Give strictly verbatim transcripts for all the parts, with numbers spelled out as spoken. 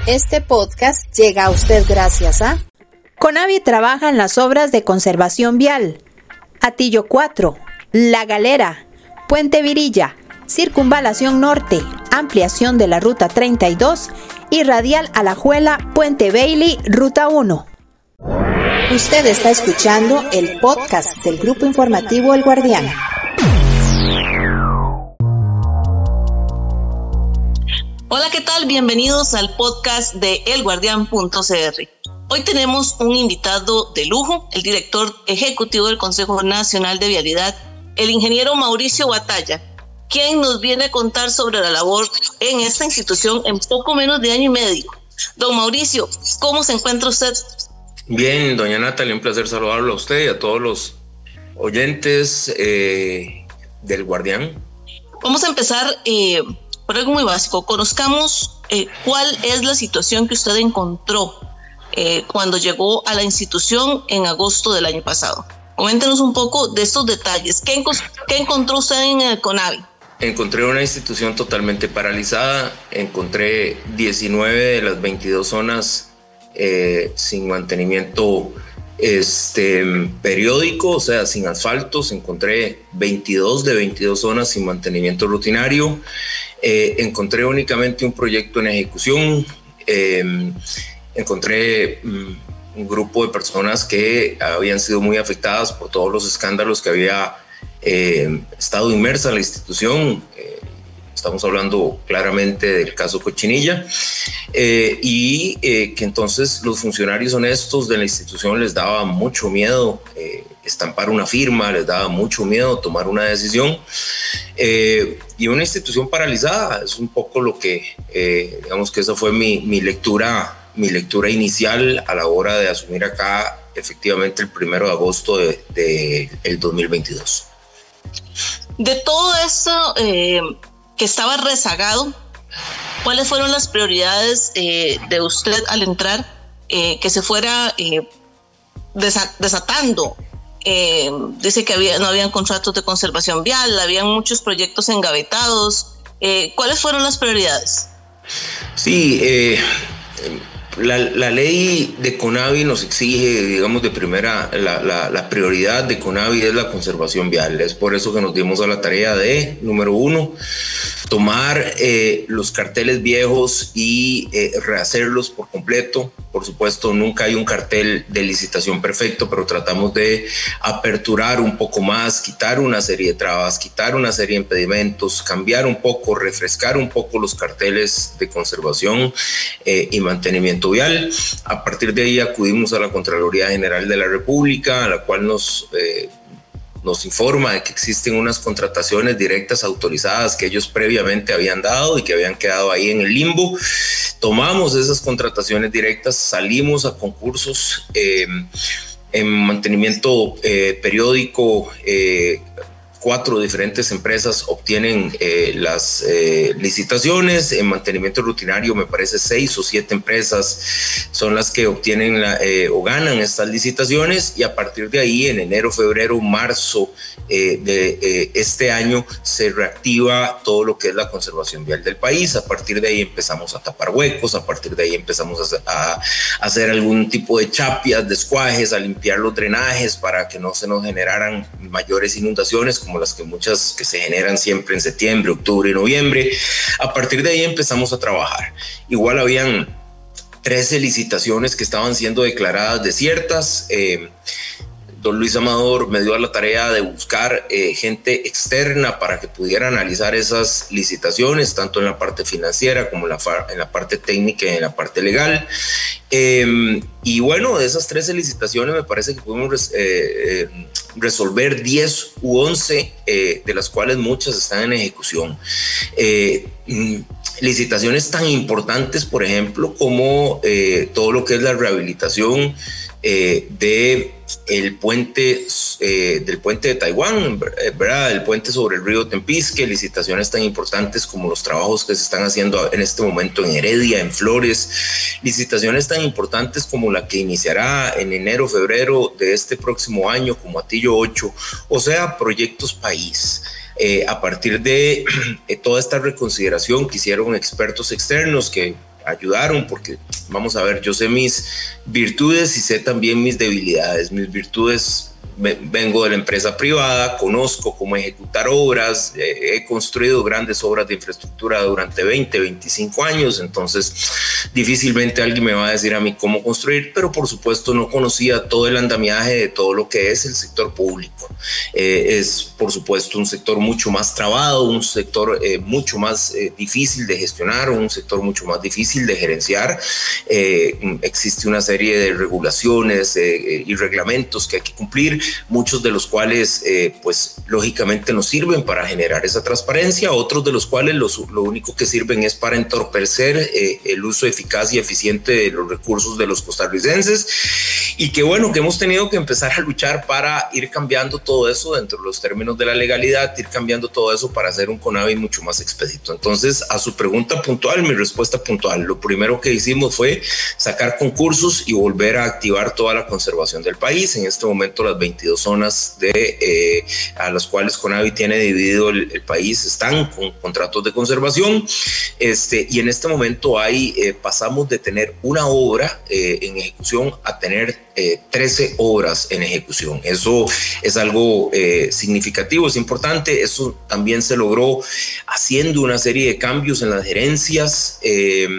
Este podcast llega a usted gracias a Conavi. Trabaja en las obras de conservación vial. Atillo cuatro, La Galera, Puente Virilla, Circunvalación Norte, ampliación de la Ruta treinta y dos y Radial Alajuela, Puente Bailey, Ruta uno. Usted está escuchando el podcast del Grupo Informativo El Guardián. Hola, ¿qué tal? Bienvenidos al podcast de el guardián punto c r. Hoy tenemos un invitado de lujo, el director ejecutivo del Consejo Nacional de Vialidad, el ingeniero Mauricio Batalla, quien nos viene a contar sobre la labor en esta institución en poco menos de año y medio. Don Mauricio, ¿cómo se encuentra usted? Bien, doña Natalia, un placer saludarlo a usted y a todos los oyentes eh, del Guardián. Vamos a empezar eh, por algo muy básico. Conozcamos eh, cuál es la situación que usted encontró eh, cuando llegó a la institución en agosto del año pasado. Coméntenos un poco de estos detalles. ¿Qué, enco- qué encontró usted en el Conavi? Encontré una institución totalmente paralizada. Encontré diecinueve de las veintidós zonas eh, sin mantenimiento este, periódico, o sea, sin asfaltos. Encontré veintidós de veintidós zonas sin mantenimiento rutinario. Eh, encontré únicamente un proyecto en ejecución. Eh, encontré um, un grupo de personas que habían sido muy afectadas por todos los escándalos que había eh, estado inmersa la institución. Eh, estamos hablando claramente del caso Cochinilla, eh, y eh, que entonces los funcionarios honestos de la institución les daba mucho miedo eh, estampar una firma, les daba mucho miedo tomar una decisión, eh, y una institución paralizada es un poco lo que, eh, digamos que esa fue mi, mi lectura, mi lectura inicial a la hora de asumir acá efectivamente el primero de agosto de, de el dos mil veintidós. De todo esto eh, que estaba rezagado, ¿cuáles fueron las prioridades eh, de usted al entrar eh, que se fuera eh, desa- desatando? Eh, dice que había, no habían contratos de conservación vial, habían muchos proyectos engavetados. Eh, ¿Cuáles fueron las prioridades? Sí, eh, la, la ley de Conavi nos exige, digamos, de primera, la, la, la prioridad de Conavi es la conservación vial. Es por eso que nos dimos a la tarea de, número uno, tomar eh, los carteles viejos y eh, rehacerlos por completo. Por supuesto, nunca hay un cartel de licitación perfecto, pero tratamos de aperturar un poco más, quitar una serie de trabas, quitar una serie de impedimentos, cambiar un poco, refrescar un poco los carteles de conservación eh, y mantenimiento vial. A partir de ahí acudimos a la Contraloría General de la República, a la cual nos... Eh, nos informa de que existen unas contrataciones directas autorizadas que ellos previamente habían dado y que habían quedado ahí en el limbo. Tomamos esas contrataciones directas, salimos a concursos eh, en mantenimiento eh, periódico. Eh, Cuatro diferentes empresas obtienen eh, las eh, licitaciones. En mantenimiento rutinario me parece seis o siete empresas son las que obtienen la, eh, o ganan estas licitaciones, y a partir de ahí en enero, febrero, marzo eh, de eh, este año se reactiva todo lo que es la conservación vial del país. A partir de ahí empezamos a tapar huecos, a partir de ahí empezamos a, a, a hacer algún tipo de chapias, descuajes, a limpiar los drenajes para que no se nos generaran mayores inundaciones como las que muchas que se generan siempre en septiembre, octubre y noviembre. A partir de ahí empezamos a trabajar. Igual habían trece licitaciones que estaban siendo declaradas desiertas. Eh, Don Luis Amador me dio a la tarea de buscar eh, gente externa para que pudiera analizar esas licitaciones, tanto en la parte financiera como en la, en la parte técnica y en la parte legal. Eh, y bueno, de esas trece licitaciones me parece que pudimos res, eh, eh, resolver diez u once, eh, de las cuales muchas están en ejecución. Eh, licitaciones tan importantes, por ejemplo, como eh, todo lo que es la rehabilitación eh, de el puente eh, del puente de Taiwán, ¿verdad? El puente sobre el río Tempisque, licitaciones tan importantes como los trabajos que se están haciendo en este momento en Heredia, en Flores, licitaciones tan importantes como la que iniciará en enero, febrero de este próximo año, como Atillo ocho, o sea, proyectos país. Eh, a partir de eh, toda esta reconsideración que hicieron expertos externos que ayudaron, porque vamos a ver, yo sé mis virtudes y sé también mis debilidades. Mis virtudes, vengo de la empresa privada, conozco cómo ejecutar obras, eh, he construido grandes obras de infraestructura durante veinte, veinticinco años, entonces difícilmente alguien me va a decir a mí cómo construir, pero por supuesto no conocía todo el andamiaje de todo lo que es el sector público. Eh, es por supuesto un sector mucho más trabado, un sector eh, mucho más eh, difícil de gestionar, un sector mucho más difícil de gerenciar. Eh, existe una serie de regulaciones eh, y reglamentos que hay que cumplir, muchos de los cuales eh, pues lógicamente nos sirven para generar esa transparencia, otros de los cuales los, lo único que sirven es para entorpecer eh, el uso eficaz y eficiente de los recursos de los costarricenses, y que bueno, que hemos tenido que empezar a luchar para ir cambiando todo eso dentro de los términos de la legalidad, ir cambiando todo eso para hacer un CONAVI mucho más expedito. Entonces, a su pregunta puntual, mi respuesta puntual, lo primero que hicimos fue sacar concursos y volver a activar toda la conservación del país. En este momento las veintidós zonas de, eh, a las cuales CONAVI tiene dividido el, el país están con contratos de conservación, este, y en este momento hay, eh, pasamos de tener una obra eh, en ejecución a tener eh, trece obras en ejecución. Eso es algo eh, significativo, es importante. Eso también se logró haciendo una serie de cambios en las gerencias eh,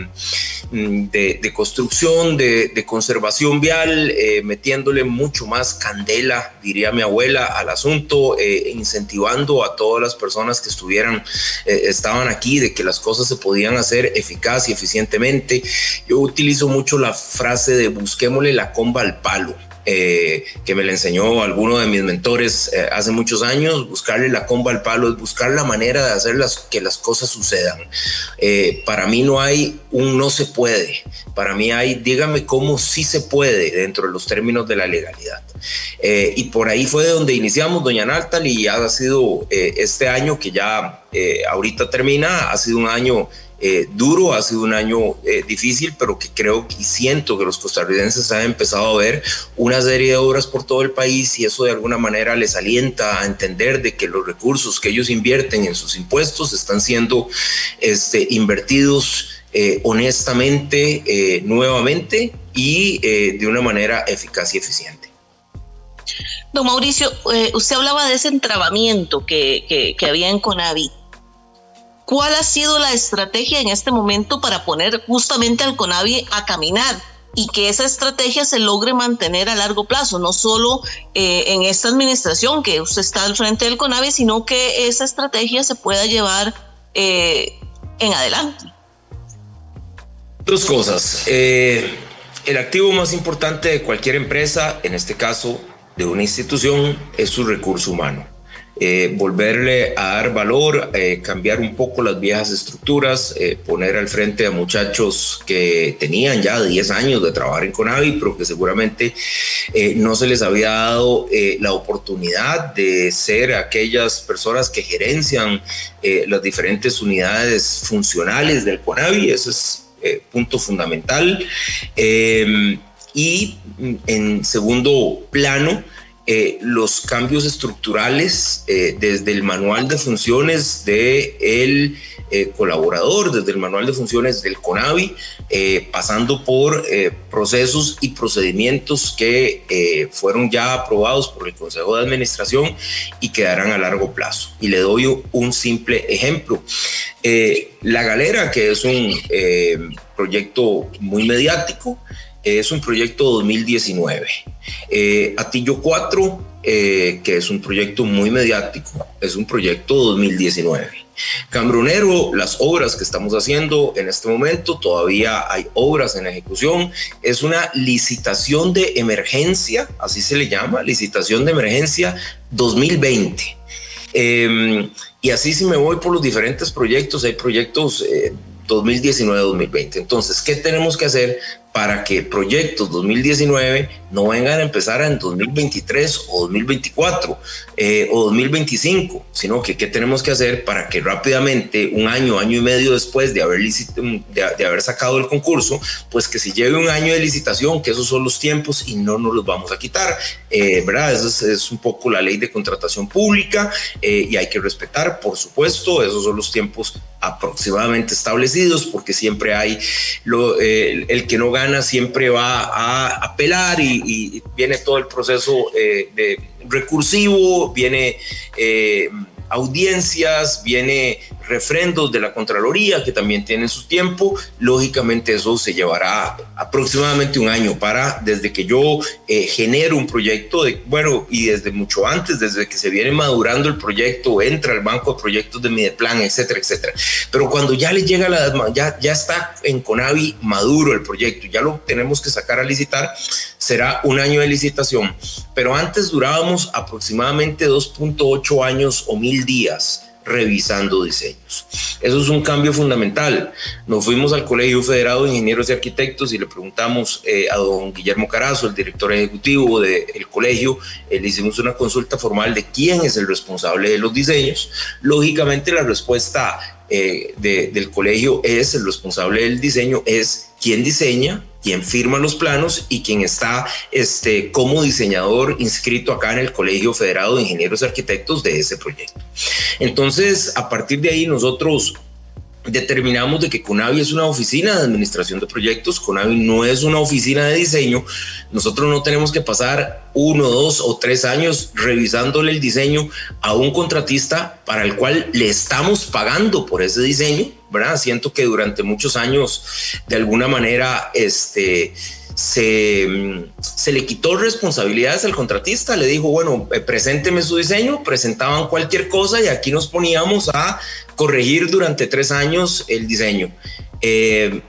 de, de construcción, de, de conservación vial, eh, metiéndole mucho más candela, diría mi abuela, al asunto, eh, incentivando a todas las personas que estuvieran, eh, estaban aquí, de que las cosas se podían hacer eficaz y eficientemente. Yo utilizo mucho la frase de busquémosle la comba al palo. Eh, que me la enseñó alguno de mis mentores eh, hace muchos años. Buscarle la comba al palo es buscar la manera de hacer las, que las cosas sucedan. Eh, para mí no hay un no se puede, para mí hay dígame cómo sí se puede dentro de los términos de la legalidad. Eh, y por ahí fue de donde iniciamos, doña Natalie, y ha sido eh, este año que ya eh, ahorita termina, ha sido un año Eh, duro, ha sido un año eh, difícil, pero que creo y siento que los costarricenses han empezado a ver una serie de obras por todo el país, y eso de alguna manera les alienta a entender de que los recursos que ellos invierten en sus impuestos están siendo este, invertidos eh, honestamente, eh, nuevamente y eh, de una manera eficaz y eficiente. Don Mauricio, eh, usted hablaba de ese entrabamiento que, que, que había en CONAVI. ¿Cuál ha sido la estrategia en este momento para poner justamente al CONAVI a caminar y que esa estrategia se logre mantener a largo plazo? No solo eh, en esta administración que usted está al frente del CONAVI, sino que esa estrategia se pueda llevar eh, en adelante. Dos cosas. Eh, el activo más importante de cualquier empresa, en este caso de una institución, es su recurso humano. Eh, volverle a dar valor, eh, cambiar un poco las viejas estructuras, eh, poner al frente a muchachos que tenían ya diez años de trabajar en CONAVI, pero que seguramente eh, no se les había dado eh, la oportunidad de ser aquellas personas que gerencian eh, las diferentes unidades funcionales del CONAVI. Ese es eh, punto fundamental. Eh, y en segundo plano, Eh, los cambios estructurales eh, desde el manual de funciones del eh, colaborador, desde el manual de funciones del CONAVI, eh, pasando por eh, procesos y procedimientos que eh, fueron ya aprobados por el Consejo de Administración y quedarán a largo plazo. Y le doy un simple ejemplo. Eh, La Galera, que es un eh, proyecto muy mediático, es un proyecto dos mil diecinueve. Eh, Atillo cuatro, eh, que es un proyecto muy mediático, es un proyecto dos mil diecinueve. Cambronero, las obras que estamos haciendo en este momento, todavía hay obras en ejecución. Es una licitación de emergencia, así se le llama, licitación de emergencia dos mil veinte. Eh, y así si me voy por los diferentes proyectos, hay proyectos eh, dos mil diecinueve a dos mil veinte. Entonces, ¿qué tenemos que hacer para que proyectos dos mil diecinueve no vengan a empezar en dos mil veintitrés o dos mil veinticuatro eh, o dos mil veinticinco, sino que qué tenemos que hacer para que rápidamente, un año, año y medio después de haber, de, de haber sacado el concurso, pues que se lleve un año de licitación, que esos son los tiempos y no nos los vamos a quitar, eh, ¿verdad? Eso es, es un poco la ley de contratación pública eh, y hay que respetar, por supuesto, esos son los tiempos aproximadamente establecidos, porque siempre hay lo, eh, el que no gana siempre va a apelar y, y viene todo el proceso eh, de recursivo, viene eh, audiencias, viene refrendos de la Contraloría que también tienen su tiempo. Lógicamente eso se llevará aproximadamente un año para, desde que yo eh, genero un proyecto, de, bueno, y desde mucho antes, desde que se viene madurando el proyecto, entra al banco de proyectos de Mideplan, etcétera, etcétera. Pero cuando ya le llega la, ya, ya está en Conavi maduro el proyecto, ya lo tenemos que sacar a licitar, será un año de licitación. Pero antes durábamos aproximadamente dos punto ocho años o mil días revisando diseños. Eso es un cambio fundamental. Nos fuimos al Colegio Federado de Ingenieros y Arquitectos y le preguntamos eh, a don Guillermo Carazo, el director ejecutivo del colegio, eh, le hicimos una consulta formal de quién es el responsable de los diseños. Lógicamente la respuesta eh, de, del colegio es el responsable del diseño, es quien diseña, quien firma los planos y quien está este, como diseñador inscrito acá en el Colegio Federado de Ingenieros y Arquitectos de ese proyecto. Entonces, a partir de ahí nosotros determinamos de que Conavi es una oficina de administración de proyectos. Conavi no es una oficina de diseño. Nosotros no tenemos que pasar uno, dos o tres años revisándole el diseño a un contratista para el cual le estamos pagando por ese diseño, ¿verdad? Siento que durante muchos años, de alguna manera, este... Se, se le quitó responsabilidades al contratista, le dijo, bueno, eh, presénteme su diseño, presentaban cualquier cosa y aquí nos poníamos a corregir durante tres años el diseño. Eh,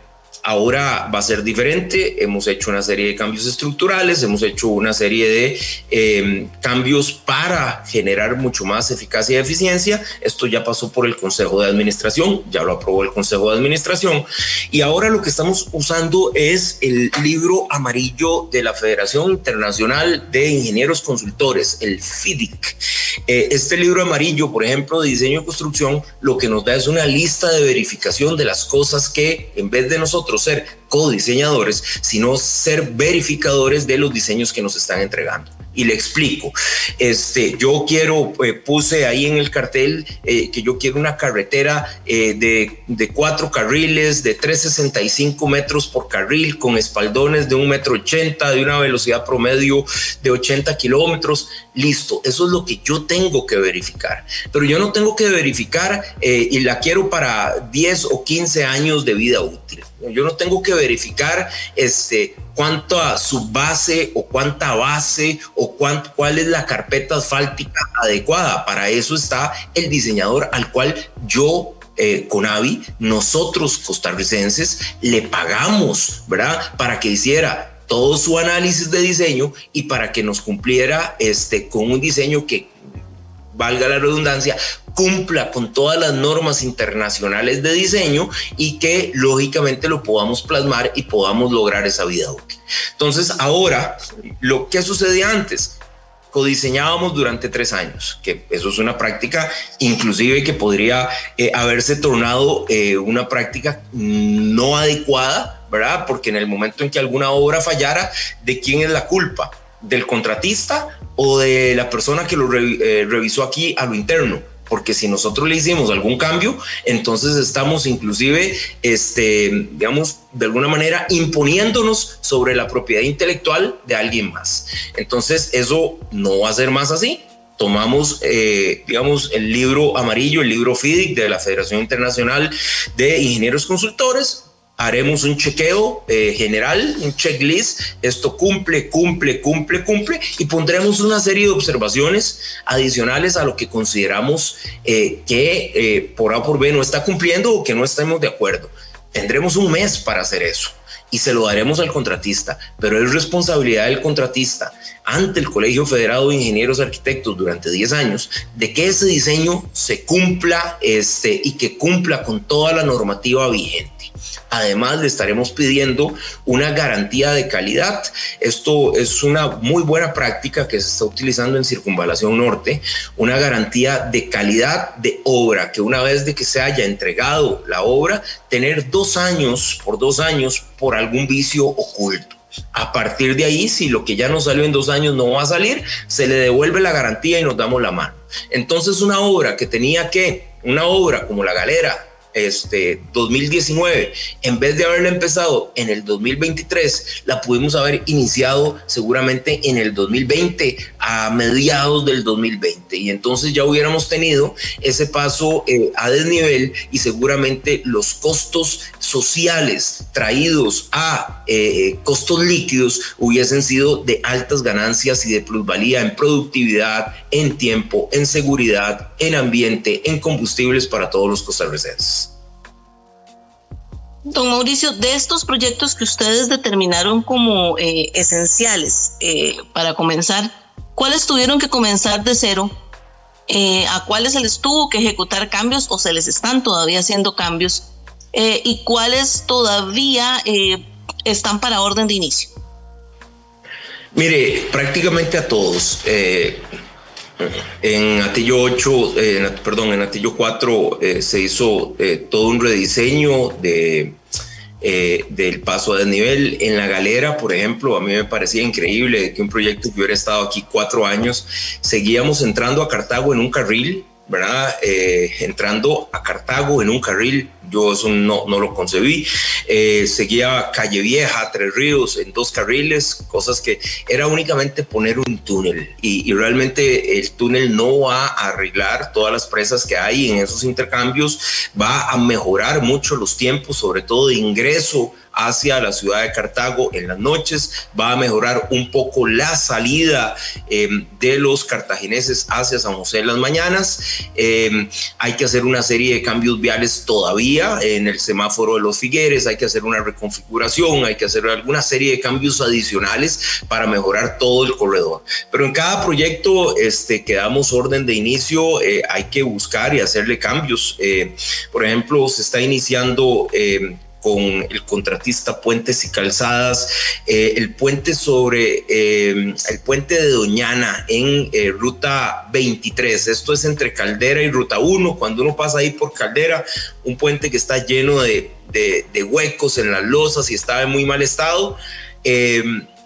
Ahora va a ser diferente, hemos hecho una serie de cambios estructurales, hemos hecho una serie de eh, cambios para generar mucho más eficacia y eficiencia. Esto ya pasó por el Consejo de Administración, ya lo aprobó el Consejo de Administración y ahora lo que estamos usando es el libro amarillo de la Federación Internacional de Ingenieros Consultores, el F I D I C. Eh, este libro amarillo, por ejemplo, de diseño y construcción, lo que nos da es una lista de verificación de las cosas que, en vez de nosotros ser codiseñadores, sino ser verificadores de los diseños que nos están entregando. Y le explico, este, yo quiero, eh, puse ahí en el cartel eh, que yo quiero una carretera eh, de, de cuatro carriles, de trescientos sesenta y cinco metros por carril, con espaldones de un metro ochenta, de una velocidad promedio de ochenta kilómetros. Listo, eso es lo que yo tengo que verificar. Pero yo no tengo que verificar eh, y la quiero para diez o quince años de vida útil. Yo no tengo que verificar este, cuánta subbase o cuánta base o cuánto, cuál es la carpeta asfáltica adecuada. Para eso está el diseñador al cual yo, eh, Conavi, nosotros costarricenses, le pagamos, ¿verdad? Para que hiciera todo su análisis de diseño y para que nos cumpliera este, con un diseño que, valga la redundancia, cumpla con todas las normas internacionales de diseño y que lógicamente lo podamos plasmar y podamos lograr esa vida útil. Entonces ahora, lo que sucedía antes, codiseñábamos durante tres años, que eso es una práctica inclusive que podría eh, haberse tornado eh, una práctica no adecuada, ¿verdad? Porque en el momento en que alguna obra fallara, ¿de quién es la culpa? ¿Del contratista o de la persona que lo re, eh, revisó aquí a lo interno? Porque si nosotros le hicimos algún cambio, entonces estamos inclusive, este, digamos, de alguna manera imponiéndonos sobre la propiedad intelectual de alguien más. Entonces eso no va a ser más así. Tomamos, eh, digamos, el libro amarillo, el libro F I D I C de la Federación Internacional de Ingenieros Consultores, haremos un chequeo eh, general, un checklist, esto cumple, cumple, cumple, cumple, y pondremos una serie de observaciones adicionales a lo que consideramos eh, que eh, por A por B no está cumpliendo o que no estamos de acuerdo. Tendremos un mes para hacer eso y se lo daremos al contratista, pero es responsabilidad del contratista ante el Colegio Federado de Ingenieros Arquitectos durante diez años de que ese diseño se cumpla este, y que cumpla con toda la normativa vigente. Además, le estaremos pidiendo una garantía de calidad. Esto es una muy buena práctica que se está utilizando en Circunvalación Norte, una garantía de calidad de obra, que una vez de que se haya entregado la obra, tener dos años, por dos años, por algún vicio oculto. A partir de ahí, si lo que ya no salió en dos años no va a salir, se le devuelve la garantía y nos damos la mano. Entonces, una obra que tenía que, una obra como La Galera, este, dos mil diecinueve, en vez de haberla empezado en el dos mil veintitrés, la pudimos haber iniciado seguramente en el dos mil veinte, a mediados del dos mil veinte, y entonces ya hubiéramos tenido ese paso eh, a desnivel, y seguramente los costos sociales traídos a eh, costos líquidos hubiesen sido de altas ganancias y de plusvalía en productividad, en tiempo, en seguridad, en ambiente, en combustibles para todos los costarricenses. Don Mauricio, de estos proyectos que ustedes determinaron como eh, esenciales eh, para comenzar, ¿cuáles tuvieron que comenzar de cero? Eh, ¿A cuáles se les tuvo que ejecutar cambios o se les están todavía haciendo cambios? Eh, ¿Y cuáles todavía eh, están para orden de inicio? Mire, prácticamente a todos. Eh, en Atillo ocho, eh, perdón, en Atillo cuatro eh, se hizo eh, todo un rediseño de, eh, del paso a desnivel. En La Galera, por ejemplo, a mí me parecía increíble que un proyecto que hubiera estado aquí cuatro años, seguíamos entrando a Cartago en un carril, ¿verdad? Eh, entrando a Cartago en un carril, yo eso no, no lo concebí. Eh, seguía Calle Vieja, Tres Ríos en dos carriles, cosas que era únicamente poner un túnel, y, y realmente el túnel no va a arreglar todas las presas que hay en esos intercambios, va a mejorar mucho los tiempos, sobre todo de ingreso hacia la ciudad de Cartago en las noches, va a mejorar un poco la salida eh, de los cartagineses hacia San José en las mañanas. Eh, hay que hacer una serie de cambios viales todavía en el semáforo de Los Figueres, hay que hacer una reconfiguración, hay que hacer alguna serie de cambios adicionales para mejorar todo el corredor. Pero en cada proyecto este, que damos orden de inicio, eh, hay que buscar y hacerle cambios. Eh, por ejemplo, se está iniciando eh, con el contratista Puentes y Calzadas, eh, el puente sobre eh, el puente de Doñana en eh, ruta veintitrés, esto es entre Caldera y ruta uno. Cuando uno pasa ahí por Caldera, un puente que está lleno de, de, de huecos en las losas y está en muy mal estado, eh,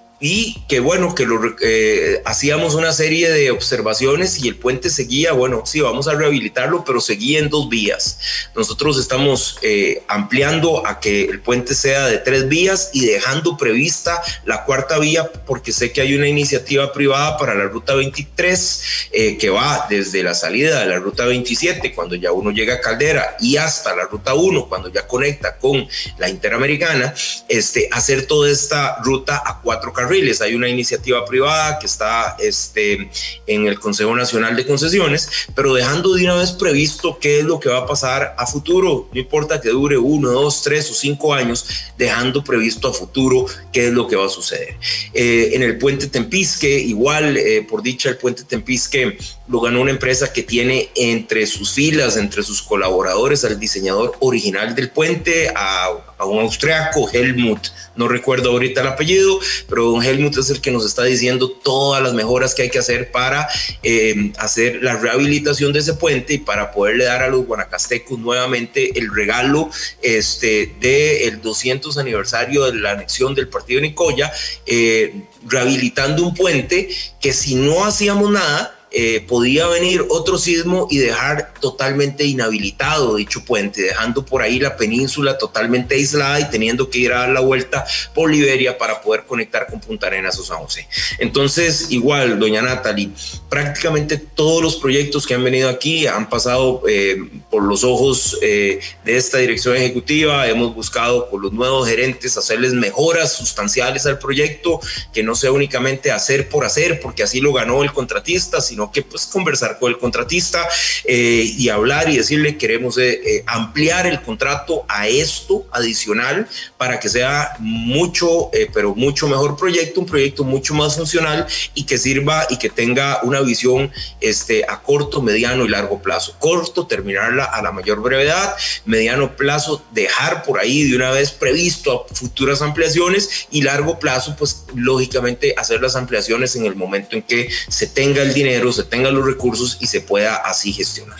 y que bueno, que lo, eh, hacíamos una serie de observaciones y el puente seguía, bueno, sí, vamos a rehabilitarlo, pero seguía en dos vías. Nosotros estamos eh, ampliando a que el puente sea de tres vías y dejando prevista la cuarta vía, porque sé que hay una iniciativa privada para la ruta veintitrés eh, que va desde la salida de la ruta veintisiete, cuando ya uno llega a Caldera, y hasta la ruta uno, cuando ya conecta con la Interamericana, este, hacer toda esta ruta a cuatro carriles. Hay una iniciativa privada que está este, en el Consejo Nacional de Concesiones, pero dejando de una vez previsto qué es lo que va a pasar a futuro, no importa que dure uno, dos, tres o cinco años, dejando previsto a futuro qué es lo que va a suceder. Eh, en el puente Tempisque, igual, eh, por dicha, el puente Tempisque lo ganó una empresa que tiene entre sus filas, entre sus colaboradores, al diseñador original del puente, a, a un austriaco, Helmut, no recuerdo ahorita el apellido, pero don Helmut es el que nos está diciendo todas las mejoras que hay que hacer para eh, hacer la rehabilitación de ese puente y para poderle dar a los guanacastecos nuevamente el regalo este, del doscientos aniversario de la anexión del partido de Nicoya, eh, rehabilitando un puente que si no hacíamos nada, Eh, podía venir otro sismo y dejar totalmente inhabilitado dicho puente, dejando por ahí la península totalmente aislada y teniendo que ir a dar la vuelta por Liberia para poder conectar con Punta Arenas o San José. Entonces, igual, doña Natalie, prácticamente todos los proyectos que han venido aquí han pasado eh, por los ojos eh, de esta dirección ejecutiva. Hemos buscado con los nuevos gerentes hacerles mejoras sustanciales al proyecto, que no sea únicamente hacer por hacer, porque así lo ganó el contratista, sino que pues conversar con el contratista eh, y hablar y decirle queremos eh, eh, ampliar el contrato a esto adicional para que sea mucho, eh, pero mucho mejor proyecto, un proyecto mucho más funcional y que sirva y que tenga una visión este, a corto, mediano y largo plazo. Corto, terminarla a la mayor brevedad; mediano plazo, dejar por ahí de una vez previsto a futuras ampliaciones; y largo plazo, pues lógicamente hacer las ampliaciones en el momento en que se tenga el dinero, se tengan los recursos y se pueda así gestionar.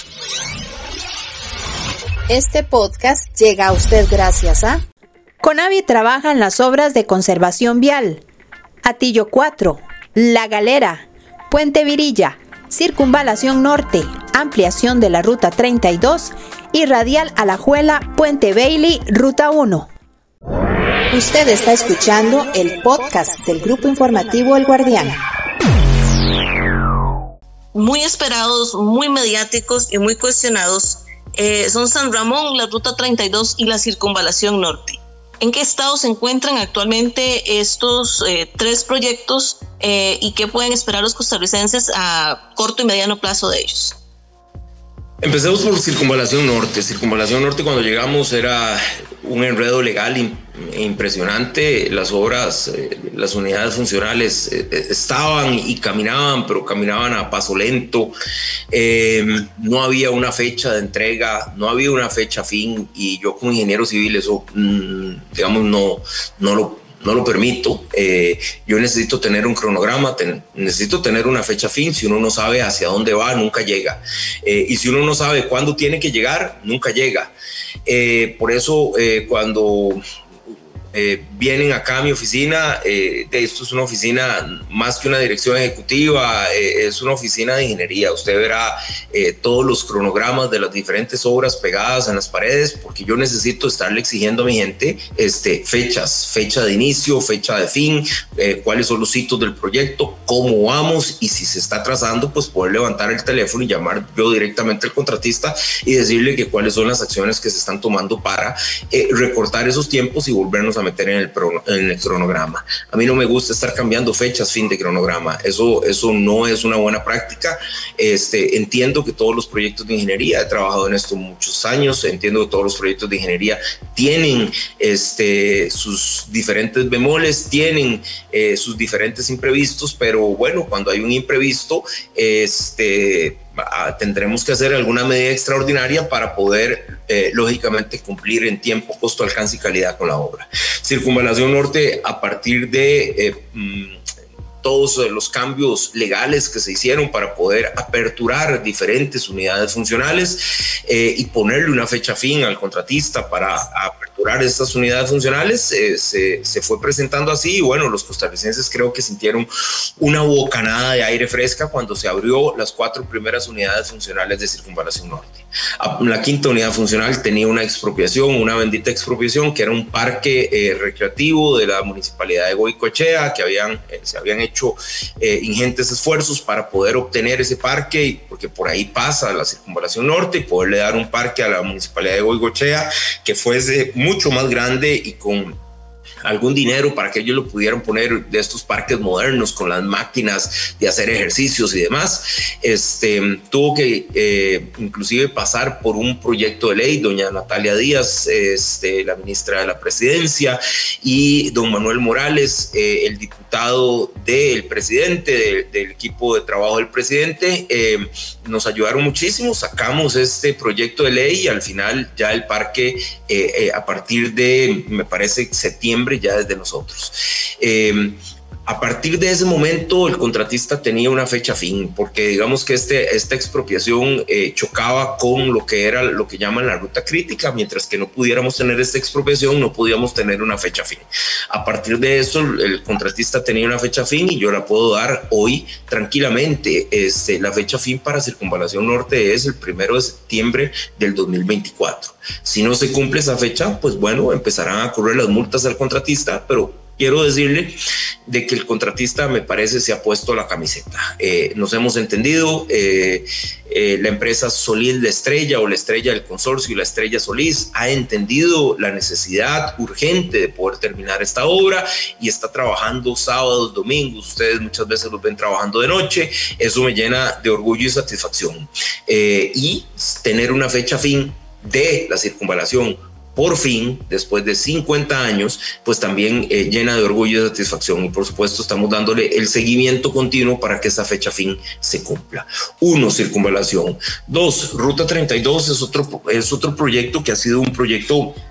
Este podcast llega a usted gracias a Conavi. Trabaja en las obras de conservación vial. Atillo cuatro, La Galera, Puente Virilla, Circunvalación Norte, ampliación de la Ruta treinta y dos y Radial Alajuela, Puente Bailey, Ruta uno. Usted está escuchando el podcast del Grupo Informativo El Guardián. Muy esperados, muy mediáticos y muy cuestionados eh, son San Ramón, la Ruta treinta y dos y la Circunvalación Norte. ¿En qué estado se encuentran actualmente estos eh, tres proyectos eh, y qué pueden esperar los costarricenses a corto y mediano plazo de ellos? Empecemos por Circunvalación Norte. Circunvalación Norte, cuando llegamos, era un enredo legal impresionante. Las obras, eh, las unidades funcionales eh, estaban y caminaban, pero caminaban a paso lento. Eh, no había una fecha de entrega, no había una fecha fin, y yo como ingeniero civil eso, mmm, digamos, no, no lo No lo permito. Eh, yo necesito tener un cronograma, ten, necesito tener una fecha fin. Si uno no sabe hacia dónde va, nunca llega. Eh, y si uno no sabe cuándo tiene que llegar, nunca llega. Eh, por eso eh, cuando eh, vienen acá a mi oficina, eh, esto es una oficina más que una dirección ejecutiva, eh, es una oficina de ingeniería. Usted verá eh, todos los cronogramas de las diferentes obras pegadas en las paredes, porque yo necesito estarle exigiendo a mi gente este, fechas, fecha de inicio, fecha de fin, eh, cuáles son los hitos del proyecto, cómo vamos, y si se está atrasando, pues poder levantar el teléfono y llamar yo directamente al contratista y decirle que cuáles son las acciones que se están tomando para eh, recortar esos tiempos y volvernos a meter en el, pro, en el cronograma. A mí no me gusta estar cambiando fechas fin de cronograma. Eso, eso no es una buena práctica. Este, entiendo que todos los proyectos de ingeniería, he trabajado en esto muchos años, entiendo que todos los proyectos de ingeniería tienen este, sus diferentes bemoles, tienen eh, sus diferentes imprevistos, pero bueno, cuando hay un imprevisto, este... tendremos que hacer alguna medida extraordinaria para poder, eh, lógicamente, cumplir en tiempo, costo, alcance y calidad con la obra. Circunvalación Norte, a partir de eh, mmm, todos los cambios legales que se hicieron para poder aperturar diferentes unidades funcionales eh, y ponerle una fecha fin al contratista para aperturar estas unidades funcionales, eh, se, se fue presentando así, y bueno, los costarricenses creo que sintieron una bocanada de aire fresca cuando se abrió las cuatro primeras unidades funcionales de Circunvalación Norte. La quinta unidad funcional tenía una expropiación, una bendita expropiación, que era un parque eh, recreativo de la municipalidad de Goicoechea, que habían, eh, se habían hecho eh, ingentes esfuerzos para poder obtener ese parque, porque por ahí pasa la Circunvalación Norte, y poderle dar un parque a la municipalidad de Goicoechea que fuese mucho más grande y con algún dinero para que ellos lo pudieran poner de estos parques modernos con las máquinas de hacer ejercicios y demás. Este, tuvo que eh, inclusive pasar por un proyecto de ley, doña Natalia Díaz, este, la ministra de la Presidencia, y don Manuel Morales, eh, el diputado del presidente, de, del equipo de trabajo del presidente, eh, nos ayudaron muchísimo, sacamos este proyecto de ley y al final ya el parque eh, eh, a partir de, me parece, septiembre ya desde nosotros. Eh, a partir de ese momento el contratista tenía una fecha fin, porque digamos que este, esta expropiación eh, chocaba con lo que era lo que llaman la ruta crítica. Mientras que no pudiéramos tener esta expropiación, no podíamos tener una fecha fin. A partir de eso el contratista tenía una fecha fin y yo la puedo dar hoy tranquilamente. Este, la fecha fin para Circunvalación Norte es el primero de septiembre del dos mil veinticuatro. Si no se cumple esa fecha, pues bueno, empezarán a correr las multas al contratista, pero quiero decirle de que el contratista, me parece, se ha puesto la camiseta. Eh, nos hemos entendido, eh, eh, la empresa Solís La Estrella, o La Estrella del Consorcio y La Estrella Solís, ha entendido la necesidad urgente de poder terminar esta obra y está trabajando sábados, domingos. Ustedes muchas veces los ven trabajando de noche. Eso me llena de orgullo y satisfacción. Eh, y tener una fecha fin de la circunvalación, por fin, después de cincuenta años, pues también eh, llena de orgullo y satisfacción. Y por supuesto estamos dándole el seguimiento continuo para que esa fecha fin se cumpla. Uno, Circunvalación. Dos, Ruta treinta y dos es otro, es otro proyecto que ha sido un proyecto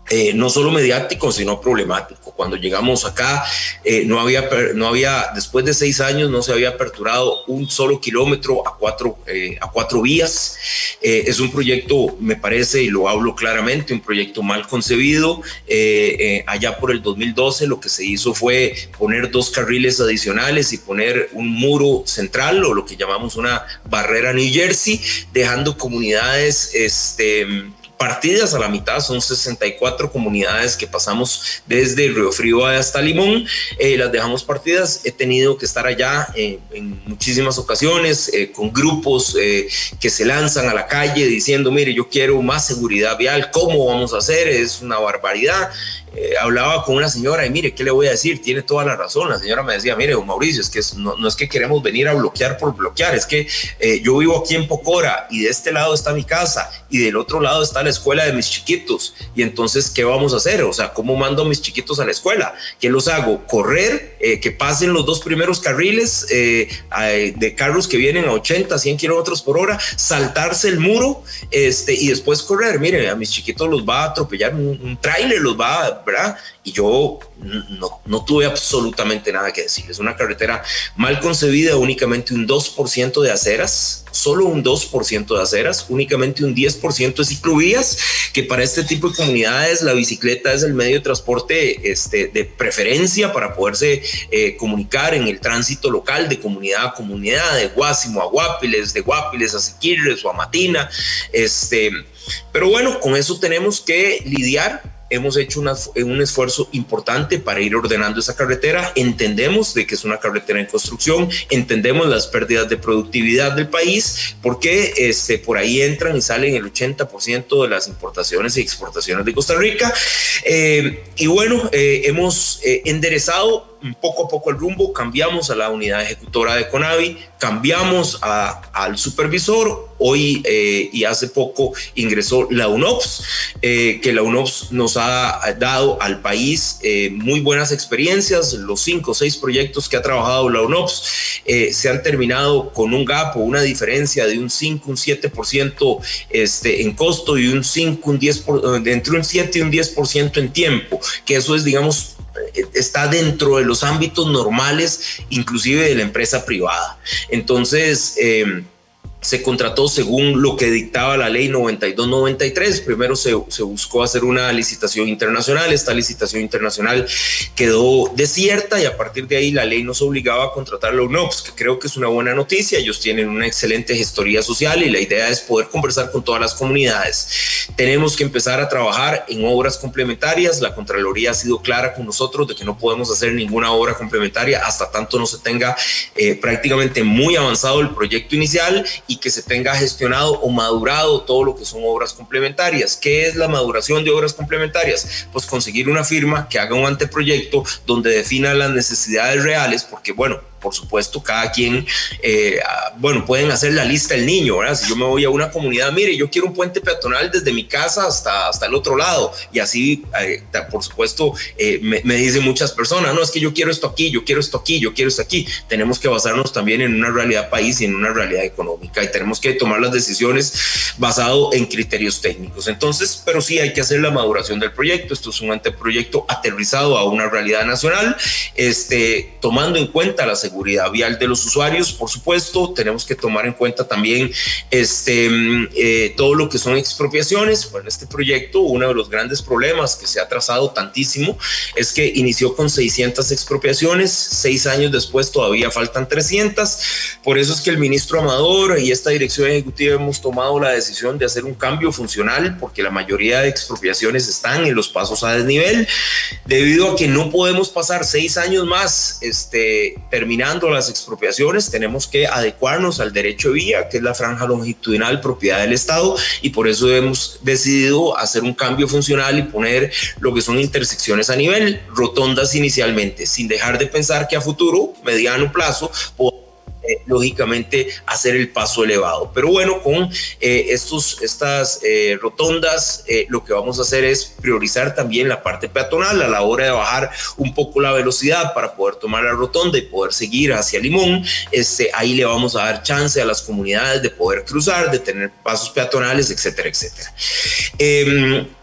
Eh, no solo mediático, sino problemático. Cuando llegamos acá, eh, no había, no había, después de seis años, no se había aperturado un solo kilómetro a cuatro, eh, a cuatro vías. Eh, es un proyecto, me parece, y lo hablo claramente, un proyecto mal concebido. Eh, eh, allá por el dos mil doce, lo que se hizo fue poner dos carriles adicionales y poner un muro central, o lo que llamamos una barrera New Jersey, dejando comunidades, este, partidas a la mitad. Son sesenta y cuatro comunidades que pasamos desde Río Frío hasta Limón, eh, las dejamos partidas. He tenido que estar allá eh, en muchísimas ocasiones eh, con grupos eh, que se lanzan a la calle diciendo, mire, yo quiero más seguridad vial, ¿cómo vamos a hacer? Es una barbaridad. Eh, hablaba con una señora y mire, ¿qué le voy a decir? Tiene toda la razón. La señora me decía, mire, don Mauricio, es que no, no es que queremos venir a bloquear por bloquear, es que eh, yo vivo aquí en Pocora y de este lado está mi casa y del otro lado está la escuela de mis chiquitos, y entonces, ¿qué vamos a hacer? O sea, ¿cómo mando a mis chiquitos a la escuela? ¿Qué los hago? ¿Correr? Eh, ¿que pasen los dos primeros carriles eh, de carros que vienen a ochenta, cien kilómetros por hora? ¿Saltarse el muro este, y después correr? Mire, a mis chiquitos los va a atropellar un, un tráiler, los va a, ¿verdad? Y yo no, no tuve absolutamente nada que decir. Es una carretera mal concebida, únicamente un dos por ciento de aceras, solo un dos por ciento de aceras, únicamente un diez por ciento de ciclovías, que para este tipo de comunidades la bicicleta es el medio de transporte este, de preferencia para poderse eh, comunicar en el tránsito local de comunidad a comunidad, de Guásimo a Guapiles, de Guapiles a Siquirres o a Matina. Este, pero bueno, con eso tenemos que lidiar. Hemos hecho una, un esfuerzo importante para ir ordenando esa carretera. Entendemos de que es una carretera en construcción, entendemos las pérdidas de productividad del país, porque este, por ahí entran y salen el ochenta por ciento de las importaciones y exportaciones de Costa Rica. Eh, y bueno, eh, hemos eh, enderezado poco a poco el rumbo, cambiamos a la unidad ejecutora de CONAVI, cambiamos a, al supervisor. Hoy eh, y hace poco ingresó la UNOPS, eh, que la UNOPS nos ha dado al país eh, muy buenas experiencias. Los cinco o seis proyectos que ha trabajado la UNOPS eh, se han terminado con un gap o una diferencia de un cinco, un siete por ciento este, en costo y un cinco, un diez por ciento, entre un siete y un diez por ciento en tiempo, que eso es, digamos, está dentro de los ámbitos normales, inclusive de la empresa privada. Entonces, eh, se contrató según lo que dictaba la ley noventa y dos noventa y tres. Primero se, se buscó hacer una licitación internacional. Esta licitación internacional quedó desierta y a partir de ahí la ley nos obligaba a contratar a la UNOPS, que creo que es una buena noticia. Ellos tienen una excelente gestoría social y la idea es poder conversar con todas las comunidades. Tenemos que empezar a trabajar en obras complementarias. La Contraloría ha sido clara con nosotros de que no podemos hacer ninguna obra complementaria hasta tanto no se tenga eh, prácticamente muy avanzado el proyecto inicial y que se tenga gestionado o madurado todo lo que son obras complementarias. ¿Qué es la maduración de obras complementarias? Pues conseguir una firma que haga un anteproyecto donde defina las necesidades reales, porque bueno, por supuesto, cada quien, eh, bueno, pueden hacer la lista del niño, ¿verdad? Si yo me voy a una comunidad, mire, yo quiero un puente peatonal desde mi casa hasta, hasta el otro lado, y así, eh, por supuesto, eh, me, me dicen muchas personas, no, es que yo quiero esto aquí, yo quiero esto aquí, yo quiero esto aquí. Tenemos que basarnos también en una realidad país y en una realidad económica, y tenemos que tomar las decisiones basado en criterios técnicos. Entonces, pero sí hay que hacer la maduración del proyecto. Esto es un anteproyecto aterrizado a una realidad nacional, este, tomando en cuenta la seguridad seguridad vial de los usuarios. Por supuesto, tenemos que tomar en cuenta también este, eh, todo lo que son expropiaciones. Bueno, este proyecto, uno de los grandes problemas que se ha trazado tantísimo es que inició con seiscientas expropiaciones, seis años después todavía faltan trescientas. Por eso es que el ministro Amador y esta dirección ejecutiva hemos tomado la decisión de hacer un cambio funcional, porque la mayoría de expropiaciones están en los pasos a desnivel, debido a que no podemos pasar seis años más este, terminando las expropiaciones. Tenemos que adecuarnos al derecho de vía, que es la franja longitudinal propiedad del Estado, y por eso hemos decidido hacer un cambio funcional y poner lo que son intersecciones a nivel, rotondas inicialmente, sin dejar de pensar que a futuro, mediano plazo, podemos Eh, lógicamente hacer el paso elevado. Pero bueno, con eh, estos, estas eh, rotondas eh, lo que vamos a hacer es priorizar también la parte peatonal a la hora de bajar un poco la velocidad para poder tomar la rotonda y poder seguir hacia Limón. Este, ahí le vamos a dar chance a las comunidades de poder cruzar, de tener pasos peatonales, etcétera, etcétera. Eh,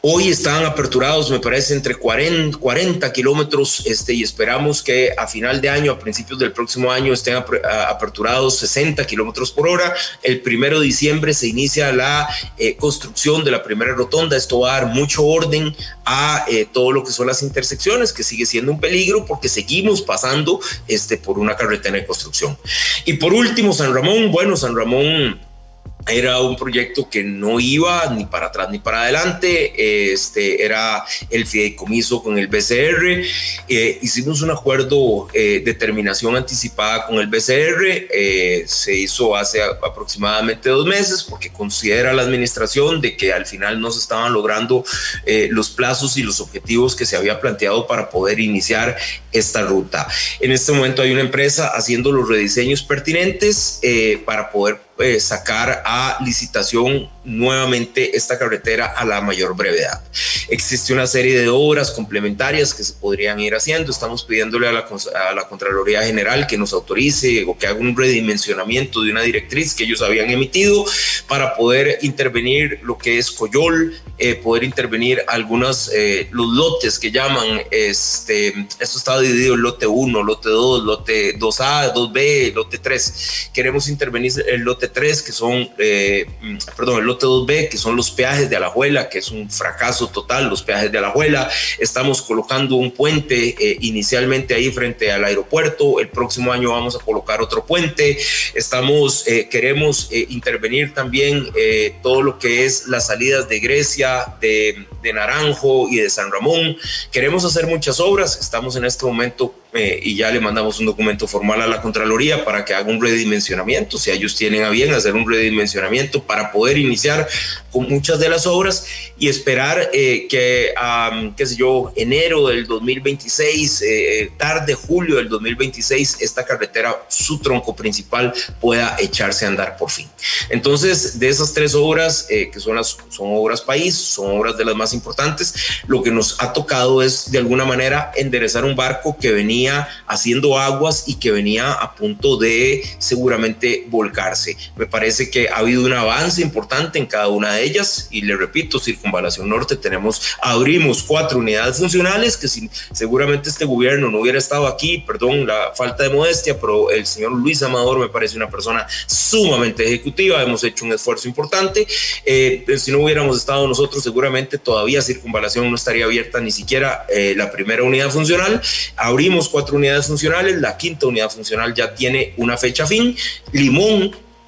Hoy están aperturados, me parece, entre cuarenta, cuarenta kilómetros este, y esperamos que a final de año, a principios del próximo año, estén ap aperturados sesenta kilómetros por hora. El primero de diciembre se inicia la eh, construcción de la primera rotonda. Esto va a dar mucho orden a eh, todo lo que son las intersecciones, que sigue siendo un peligro porque seguimos pasando este, por una carretera de construcción. Y por último, San Ramón. Bueno, San Ramón era un proyecto que no iba ni para atrás ni para adelante. Este era el fideicomiso con el B C R. Eh, hicimos un acuerdo eh, de terminación anticipada con el B C R. Eh, se hizo hace aproximadamente dos meses porque considera la administración de que al final no se estaban logrando eh, los plazos y los objetivos que se había planteado para poder iniciar esta ruta. En este momento hay una empresa haciendo los rediseños pertinentes eh, para poder eh, sacar a licitación nuevamente esta carretera a la mayor brevedad. Existe una serie de obras complementarias que se podrían ir haciendo. Estamos pidiéndole a la, a la Contraloría General que nos autorice o que haga un redimensionamiento de una directriz que ellos habían emitido para poder intervenir lo que es Coyol, eh, poder intervenir algunos eh, los lotes que llaman, este, esto está dividido en lote uno, lote dos, lote dos A, dos B, lote tres. Queremos intervenir el lote tres, que son, eh, perdón, el lote dos B, que son los peajes de Alajuela, que es un fracaso total, los peajes de Alajuela. Estamos colocando un puente eh, inicialmente ahí frente al aeropuerto. El próximo año vamos a colocar otro puente. Estamos, eh, queremos eh, intervenir también eh, todo lo que es las salidas de Grecia, de, de Naranjo y de San Ramón. Queremos hacer muchas obras. Estamos en este momento Eh, y ya le mandamos un documento formal a la Contraloría para que haga un redimensionamiento, si ellos tienen a bien hacer un redimensionamiento para poder iniciar con muchas de las obras y esperar eh, que, um, qué sé yo, enero del dos mil veintiséis, eh, tarde julio del dos mil veintiséis, esta carretera, su tronco principal, pueda echarse a andar por fin. Entonces, de esas tres obras, eh, que son, las, son obras país, son obras de las más importantes, lo que nos ha tocado es, de alguna manera, enderezar un barco que venía haciendo aguas y que venía a punto de seguramente volcarse. Me parece que ha habido un avance importante en cada una de ellas y le repito, Circunvalación Norte tenemos, abrimos cuatro unidades funcionales que si, seguramente este gobierno no hubiera estado aquí, perdón la falta de modestia, pero el señor Luis Amador me parece una persona sumamente ejecutiva, hemos hecho un esfuerzo importante. Eh, si no hubiéramos estado nosotros, seguramente todavía Circunvalación no estaría abierta ni siquiera eh, la primera unidad funcional. Abrimos cuatro unidades funcionales, la quinta unidad funcional ya tiene una fecha fin. Limón,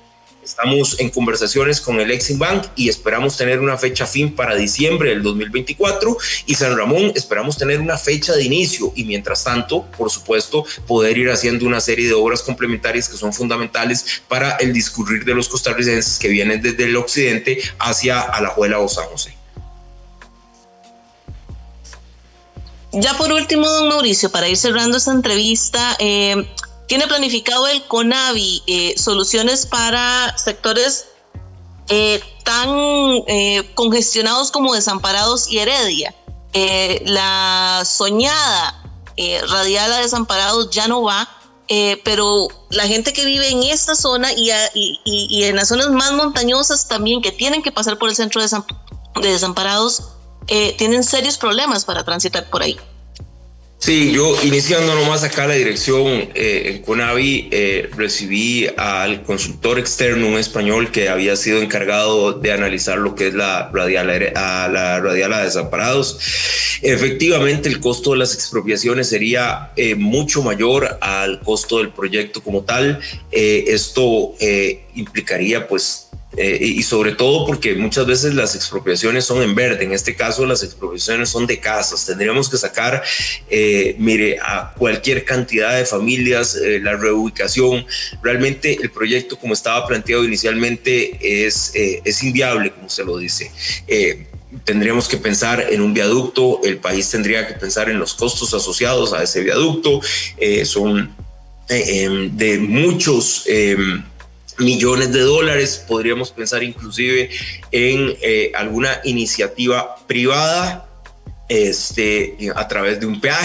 estamos en conversaciones con el Exim Bank y esperamos tener una fecha fin para diciembre del dos mil veinticuatro, y San Ramón esperamos tener una fecha de inicio, y mientras tanto, por supuesto, poder ir haciendo una serie de obras complementarias que son fundamentales para el discurrir de los costarricenses que vienen desde el occidente hacia Alajuela o San José. Ya por último, don Mauricio, para ir cerrando esta entrevista, eh, ¿tiene planificado el CONAVI eh, soluciones para sectores eh, tan eh, congestionados como Desamparados y Heredia? Eh, la soñada eh, radial a Desamparados ya no va, eh, pero la gente que vive en esta zona y, a, y, y, y en las zonas más montañosas también, que tienen que pasar por el centro de, Desam- de Desamparados, Eh, tienen serios problemas para transitar por ahí. Sí, yo iniciando nomás acá la dirección eh, en CONAVI, eh, recibí al consultor externo, un español que había sido encargado de analizar lo que es la radial a, la radial a Desamparados. Efectivamente, el costo de las expropiaciones sería eh, mucho mayor al costo del proyecto como tal. Eh, esto eh, implicaría pues Eh, y sobre todo porque muchas veces las expropiaciones son en verde. En este caso las expropiaciones son de casas. Tendríamos que sacar, eh, mire, a cualquier cantidad de familias, eh, la reubicación. Realmente el proyecto, como estaba planteado inicialmente, es, eh, es inviable, como se lo dice. Eh, Tendríamos que pensar en un viaducto, el país tendría que pensar en los costos asociados a ese viaducto. Eh, son eh, eh, de muchos eh, millones de dólares. Podríamos pensar inclusive en eh, alguna iniciativa privada este, a través de un peaje.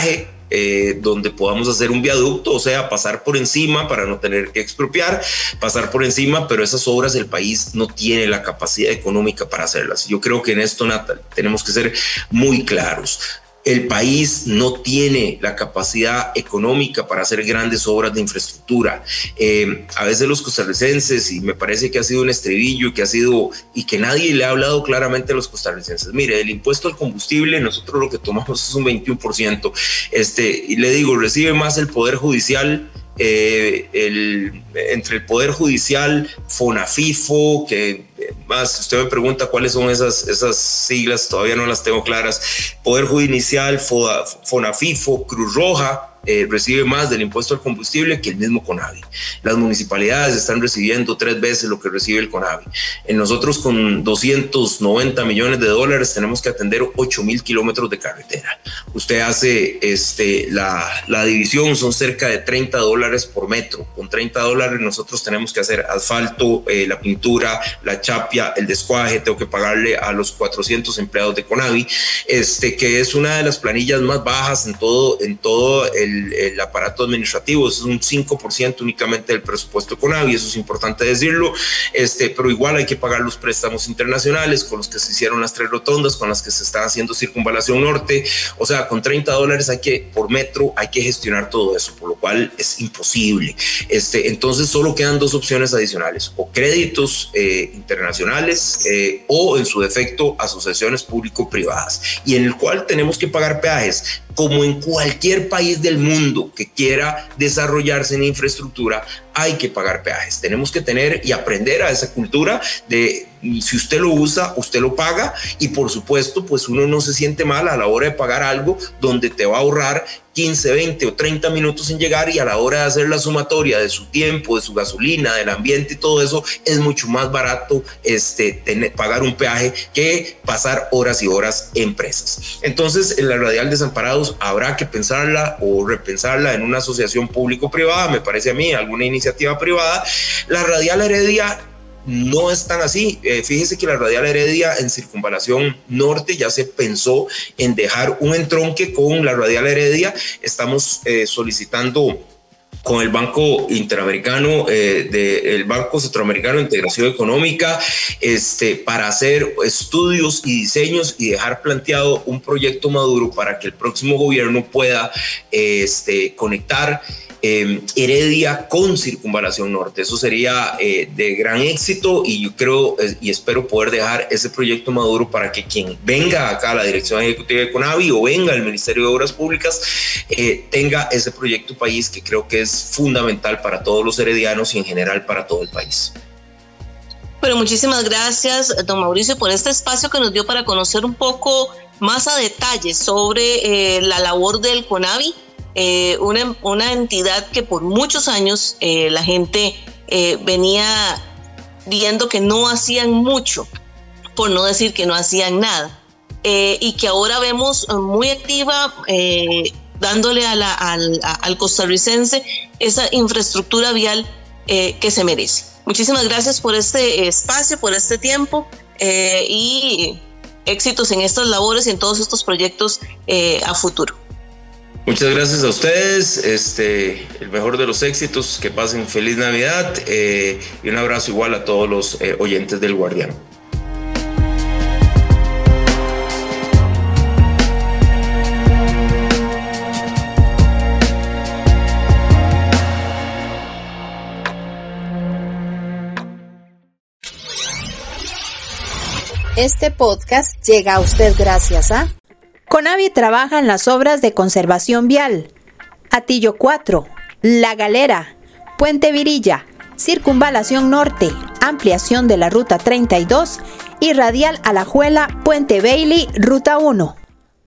eh, donde podamos hacer un viaducto, o sea, pasar por encima para no tener que expropiar, pasar por encima, pero esas obras el país no tiene la capacidad económica para hacerlas. Yo creo que en esto, Natal, tenemos que ser muy claros. El país no tiene la capacidad económica para hacer grandes obras de infraestructura. Eh, a veces los costarricenses, y me parece que ha sido un estribillo que ha sido, y que nadie le ha hablado claramente a los costarricenses. Mire, el impuesto al combustible, nosotros lo que tomamos es un veintiuno por ciento. Este, y le digo, recibe más el Poder Judicial. Eh, el, entre el Poder Judicial, FONAFIFO, que más, si usted me pregunta cuáles son esas, esas siglas, todavía no las tengo claras. Poder Judicial, FONAFIFO, Cruz Roja, eh, recibe más del impuesto al combustible que el mismo CONAVI. Las municipalidades están recibiendo tres veces lo que recibe el CONAVI. En nosotros, con doscientos noventa millones de dólares, tenemos que atender ocho mil kilómetros de carretera. Usted hace este, la, la división, son cerca de treinta dólares por metro. Con treinta dólares nosotros tenemos que hacer asfalto, eh, la pintura, la chapia, el descuaje. Tengo que pagarle a los cuatrocientos empleados de CONAVI, este, que es una de las planillas más bajas en todo, en todo el El, el aparato administrativo. Es un cinco por ciento únicamente del presupuesto de CONAVI, eso es importante decirlo, este, pero igual hay que pagar los préstamos internacionales con los que se hicieron las tres rotondas, con las que se está haciendo Circunvalación Norte. O sea, con treinta dólares hay que, por metro, hay que gestionar todo eso, por lo cual es imposible. Este, entonces solo quedan dos opciones adicionales: o créditos eh, internacionales eh, o, en su defecto, asociaciones público-privadas, y en el cual tenemos que pagar peajes. Como en cualquier país del mundo que quiera desarrollarse en infraestructura, hay que pagar peajes. Tenemos que tener y aprender a esa cultura de, si usted lo usa, usted lo paga, y por supuesto, pues uno no se siente mal a la hora de pagar algo donde te va a ahorrar quince, veinte o treinta minutos en llegar, y a la hora de hacer la sumatoria de su tiempo, de su gasolina, del ambiente y todo eso, es mucho más barato este, tener, pagar un peaje que pasar horas y horas en presas. Entonces, en la Radial Desamparados habrá que pensarla o repensarla en una asociación público-privada, me parece a mí, alguna iniciativa privada. La Radial Heredia no es tan así. Eh, fíjese que la Radial Heredia en Circunvalación Norte ya se pensó en dejar un entronque con la Radial Heredia. Estamos eh, solicitando con el Banco Interamericano, eh, de, el Banco Centroamericano de Integración Económica, este, para hacer estudios y diseños y dejar planteado un proyecto maduro para que el próximo gobierno pueda eh, este, conectar Eh, Heredia con Circunvalación Norte. Eso sería eh, de gran éxito, y yo creo eh, y espero poder dejar ese proyecto maduro para que quien venga acá a la Dirección Ejecutiva de CONAVI o venga al Ministerio de Obras Públicas eh, tenga ese proyecto país, que creo que es fundamental para todos los heredianos y en general para todo el país. Pero muchísimas gracias, don Mauricio, por este espacio que nos dio para conocer un poco más a detalle sobre eh, la labor del CONAVI. Eh, una, una entidad que por muchos años eh, la gente eh, venía viendo que no hacían mucho, por no decir que no hacían nada, eh, y que ahora vemos muy activa, eh, dándole a la, al, a, al costarricense esa infraestructura vial eh, que se merece. Muchísimas gracias por este espacio, por este tiempo, eh, y éxitos en estas labores y en todos estos proyectos eh, a futuro. Muchas gracias a ustedes, este, el mejor de los éxitos, que pasen feliz Navidad, eh, y un abrazo igual a todos los eh, oyentes del Guardián. Este podcast llega a usted gracias a CONAVI trabaja en las obras de conservación vial: Atillo cuatro, La Galera, Puente Virilla, Circunvalación Norte, ampliación de la Ruta treinta y dos y Radial Alajuela, Puente Bailey, Ruta uno.